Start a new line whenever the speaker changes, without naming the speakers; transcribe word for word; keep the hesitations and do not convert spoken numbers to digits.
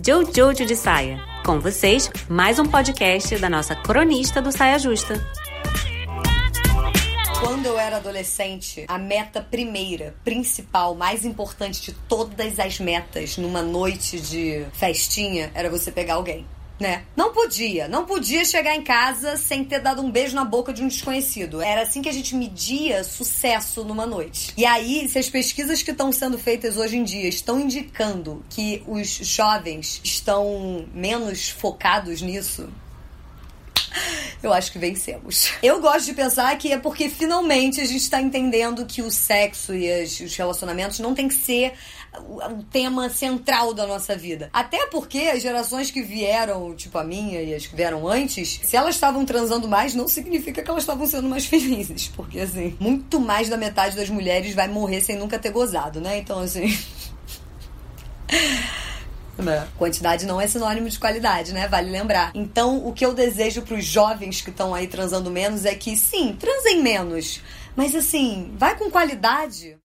Jojo de Saia. Com vocês, mais um podcast da nossa cronista do Saia Justa.
Quando eu era adolescente, a meta primeira, principal, mais importante de todas as metas numa noite de festinha era você pegar alguém. Né? Não podia, não podia chegar em casa sem ter dado um beijo na boca de um desconhecido. Era assim que a gente media sucesso numa noite. E aí, se as pesquisas que estão sendo feitas hoje em dia estão indicando que os jovens estão menos focados nisso, eu acho que vencemos. Eu gosto de pensar que é porque finalmente a gente está entendendo que o sexo e as, os relacionamentos não tem que ser o, o tema central da nossa vida. Até porque as gerações que vieram, tipo a minha e as que vieram antes, se elas estavam transando mais, não significa que elas estavam sendo mais felizes. Porque, assim, muito mais da metade das mulheres vai morrer sem nunca ter gozado, né? Então, assim... Não. Quantidade não é sinônimo de qualidade, né? Vale lembrar. Então, o que eu desejo pros jovens que estão aí transando menos é que, sim, transem menos. Mas, assim, vai com qualidade.